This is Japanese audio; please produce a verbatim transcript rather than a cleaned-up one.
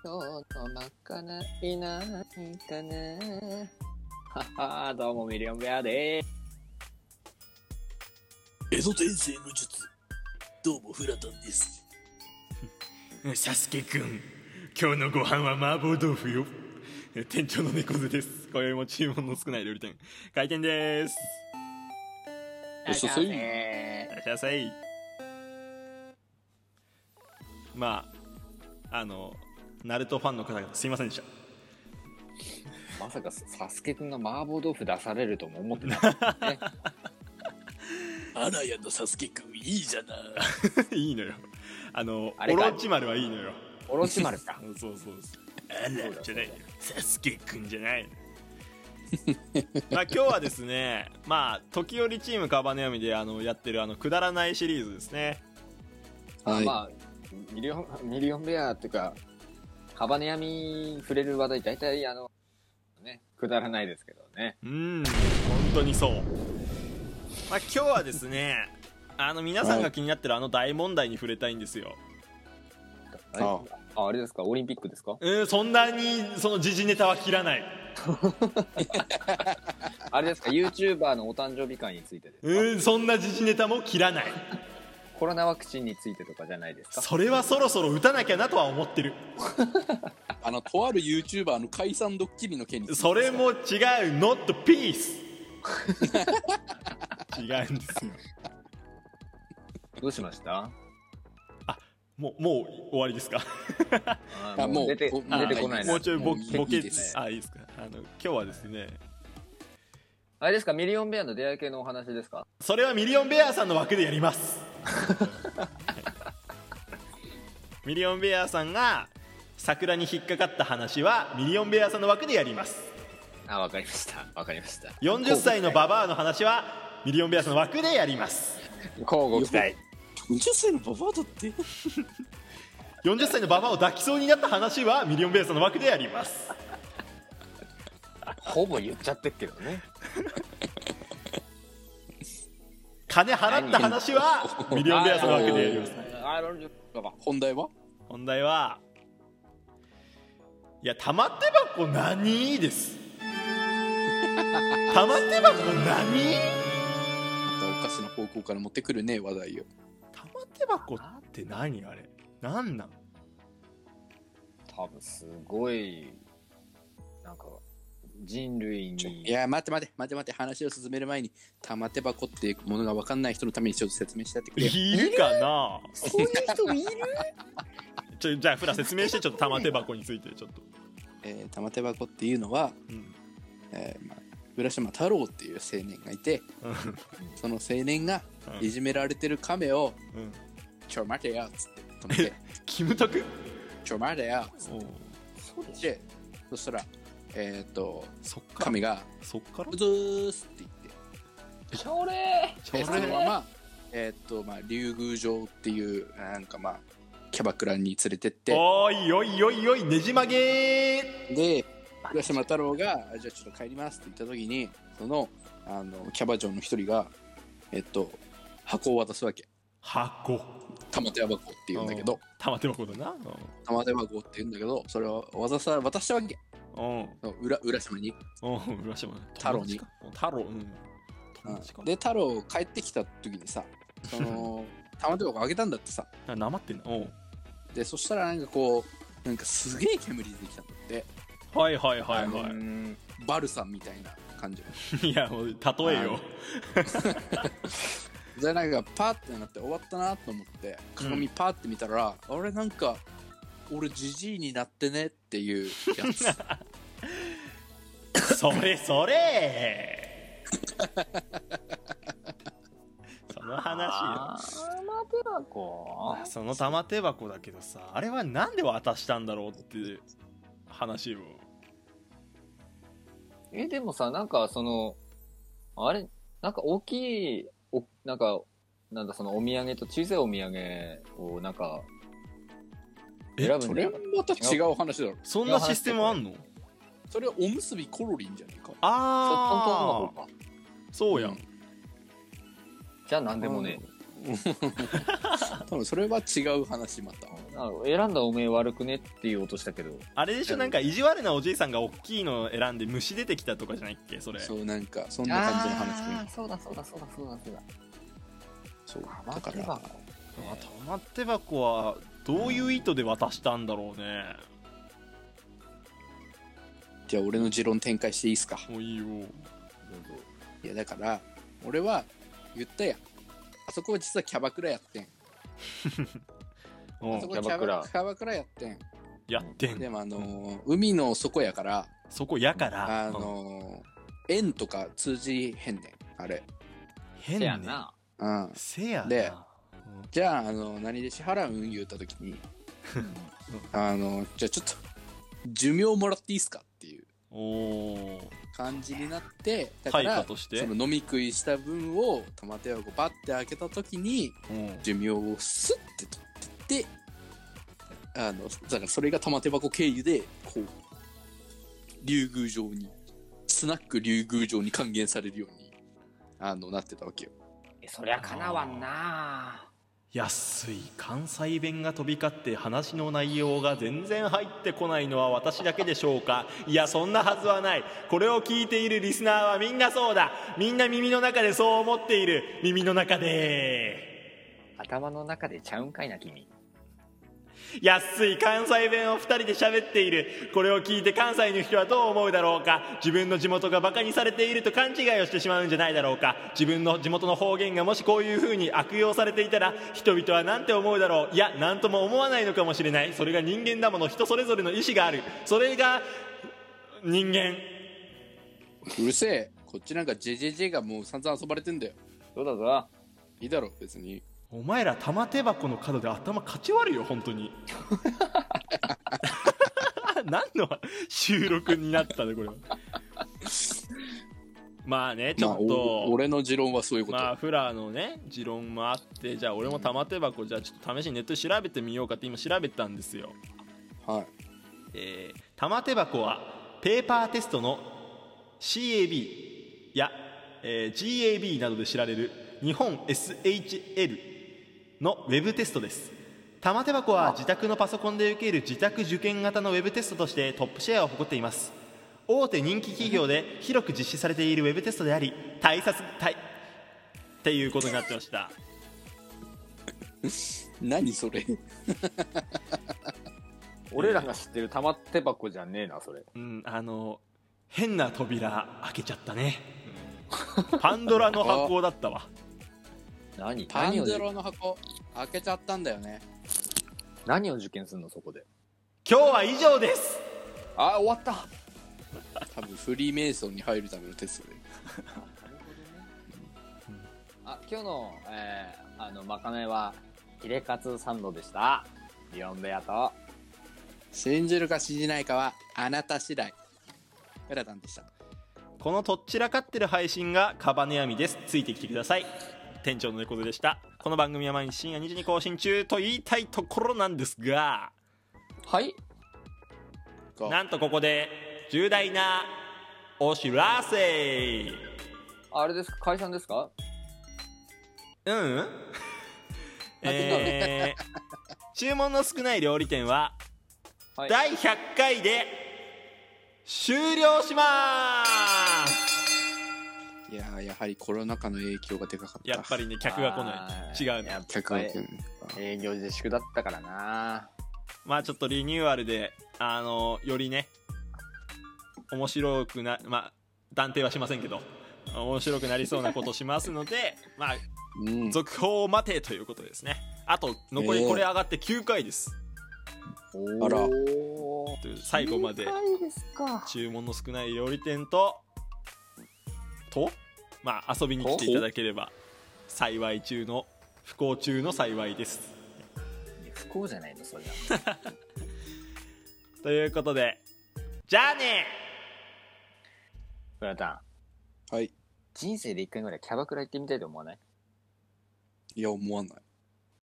今日のまかないないかな。はは、どうもミリオンベアでーす。 江戸天生の術、どうもフラタンです。 サスケくん、今日のご飯は麻婆豆腐よ。店長の猫背です。今宵も注文の少ない料理店開店です。 おっしゃせい。 いらっしゃいませ。まああのナルトファンの方々すいませんでした。 まさかサスケくんが麻婆豆腐出されるとも思ってなかったね。 あらやのサスケくんいいじゃない。 いいのよ。あのあれかオロチマルはいいのよ。 オロチマルか。 そうそうそう。あらじゃない。サスケくんじゃない。まあ今日はですね、まあ時折チームカバネヤミであのやってるあのくだらないシリーズですね。 はい。 まあミリオンミリオンベアっていうかカバネヤミに触れる話題大体あのねくだらないですけどね。 うん、本当にそう。まあ今日はですね、あの皆さんが気になってるあの大問題に触れたいんですよ。 あれああれですか、オリンピックですか。 えー、そんなにその時事ネタは切らない。 あれですか、YouTuber のお誕生日会についてですか。 えー、そんな時事ネタも切らない。 コロナワクチンについてとかじゃないですか。 それはそろそろ打たなきゃなとは思ってる。 あのとある YouTuber の解散ドッキリの件にそれも違う。 Not peace 違うんですよ。 どうしました。 もうもう終わりですか。 ああもう出てもう出てこないな。 もうちょいボもういいボケいいですあいいですか。あの今日はですね、 あれですか、ミリオンベアの出会い系のお話ですか。 それはミリオンベアさんの枠でやります。ミリオンベアさんが桜に引っかかった話はミリオンベアさんの枠でやります。 あ、わかりましたわかりました。 よんじゅっさいのババアの話はミリオンベアさんの枠でやります。 交互期待。 よんじゅっさいのババアだってよんじゅっさいのババアを抱きそうになった話はミリオンベアさんの枠でやります。 ほぼ言っちゃってっけどね。 金払った話はミリオンベアさんの枠でやります。 あのババ本題は本題はいや玉手箱何です。玉手箱何。 またおかしな方向から持ってくるね話題を。 玉手箱って何あれ。なんなん。 多分すごいなんか人類ちょにいや待って待って待って待って話を進める前に玉手箱っていうものが分かんない人のためにちょっと説明してやってくれよ。 いるかな。 そういう人いる。 ちょじゃあフラ説明して。ちょっと玉手箱についてちょっと、 えー、玉手箱っていうのは、 うんえーまあ、浦島太郎っていう青年がいて、その青年がいじめられてる亀をうんうん、 ちょ待てよっつって止めてキムタク。 ちょ待てよっつっおうてでそしたらえっ、ー、とそっから亀がそっからうずーすって言ってちょれちょれでそのままえっ、ー、とまあ竜宮城っていうなんかまあキャバクラに連れてっておいおいおいおいねじ曲げー。 で浦島太郎がじゃあちょっと帰りますって言った時にそのあのキャバ嬢の一人がえっと箱を渡すわけ。 箱玉手箱って言うんだけど玉手箱だな。 玉手箱って言うんだけどそれを渡さ渡したわけ。 うんうん浦浦島にうん浦島太郎に太郎うん友達かで太郎帰ってきた時にさその玉手箱あげたんだってさ。 ななまってんの。おうでそしたらなんかこうなんかすげえ煙出てきたんだって。 はいはいはいうはんバルサンみたいな感じのい。いやもう例えよ。 でなんかパーってなって終わったなと思って鏡パーって見たら、うん、あれなんか俺ジジイになってねっていうやつそれそれその話よ。 玉手箱。 その玉手箱だけどさ、あれはなんで渡したんだろうって話よ。 えでもさ、なんかそのあれなんか大きいおなんかなんだそのお土産と小さいお土産をなんか選ぶんそれだよ。 また違う話だろ。 そんなシステムあんの。 それはおむすびコロリンじゃないか。 ああそうやん、うん、 じゃあなんでもね多分それは違う話また。 あ選んだおめえ悪くねっていう音したけど。 あれでしょ、なんか意地悪なおじいさんが大きいのを選んで虫出てきたとかじゃないっけそれ。 そうなんかそんな感じの話で。 そうだそうだそうだそうだそうだ。 そう玉だから手箱。 あ玉手箱はどういう意図で渡したんだろうね。 じゃあ俺の持論展開していいですか。 もういいよ。 いやだから俺は言ったやん。あそこは実はキャバクラやってん。 うんあそこキャバクラキャバクラやってん。 やってん。 でもあのー海の底やからそこやからあのー円とか通じへんねんあれ。 変ねせやな。 うん。 せやな。 でじゃああの何で支払うん言うた時にあのじゃあちょっと寿命もらっていいっすかっていうおお感じになってだか対価らとしてその飲み食いした分を玉手箱バッて開けた時にうん寿命をスッて取ってってあのだからそれが玉手箱経由でこう竜宮城にスナック竜宮城に還元されるようにあのなってたわけよ。 えそりゃかなわんな。 安い関西弁が飛び交って話の内容が全然入ってこないのは私だけでしょうか。いやそんなはずはない。これを聞いているリスナーはみんなそうだ。みんな耳の中でそう思っている。耳の中で頭の中でちゃうんかいな君。 安い関西弁をふたりで喋っている。これを聞いて関西の人はどう思うだろうか。自分の地元がバカにされていると勘違いをしてしまうんじゃないだろうか。自分の地元の方言がもしこういう風に悪用されていたら人々は何て思うだろう。いや何とも思わないのかもしれない。それが人間だもの。人それぞれの意志がある。それが人間。 うるせえ。こっちなんか ジェジェジェ がもう散々遊ばれてんだよ。 そうだぞ。 いいだろ別に。 お前ら玉手箱の角で頭かち割るよ本当に何の収録になったねこれは。まあねちょっと、 まあ、俺の持論はそういうこと、 まあフラーのね持論もあって、じゃあ俺も玉手箱じゃあちょっと試しにネットで調べてみようかって今調べたんですよ。 はい。 えー、玉手箱はペーパーテストの シーエービー や、えー、ジーエービー などで知られる日本 エスエイチエル のウェブテストです。玉手箱は自宅のパソコンで受ける自宅受験型のウェブテストとしてトップシェアを誇っています。大手人気企業で広く実施されているウェブテストであり大切大っていうことになってました。 何それ俺らが知ってる玉手箱じゃねえなそれ。 うんあの変な扉開けちゃったね、うん、パンドラの箱だったわ。 何パン何をドラの箱開けちゃったんだよね。 何を受験するのそこで。 今日は以上です。 あ終わった。 多分フリーメイソンに入るためのテストで。 あ今日の、えー、あのまかないはヒレカツサンドでした。リオンベアと信じるか信じないかはあなた次第。フラタンでした。 このとっちらかってる配信がカバネアミです。ついてきてください。店長の猫背でした。この番組は毎日深夜にじに更新中と言いたいところなんですが、 はいなんとここで重大なお知らせ。 あれですか解散ですか。 うんうんえー、注文の少ない料理店は、 はい、 だいひゃっかいで終了しますいやーやはりコロナ禍の影響がでかかった。 やっぱりね客が来ない違うねやっぱ客が来ない。 営業自粛だったからな。 まあちょっとリニューアルであのよりね面白くなまあ断定はしませんけど面白くなりそうなことしますのでまあ、 うん、 続報を待てということですね。あと残りこれ上がってきゅうかいです、 えー、あら最後まで注文の少ない料理店ととまあ遊びに来ていただければ幸い中の不幸中の幸いです。 不幸じゃないのそれはということでじゃあねフラタン。 はい。 人生で一回ぐらいキャバクラ行ってみたいと思わない？ いや思わない。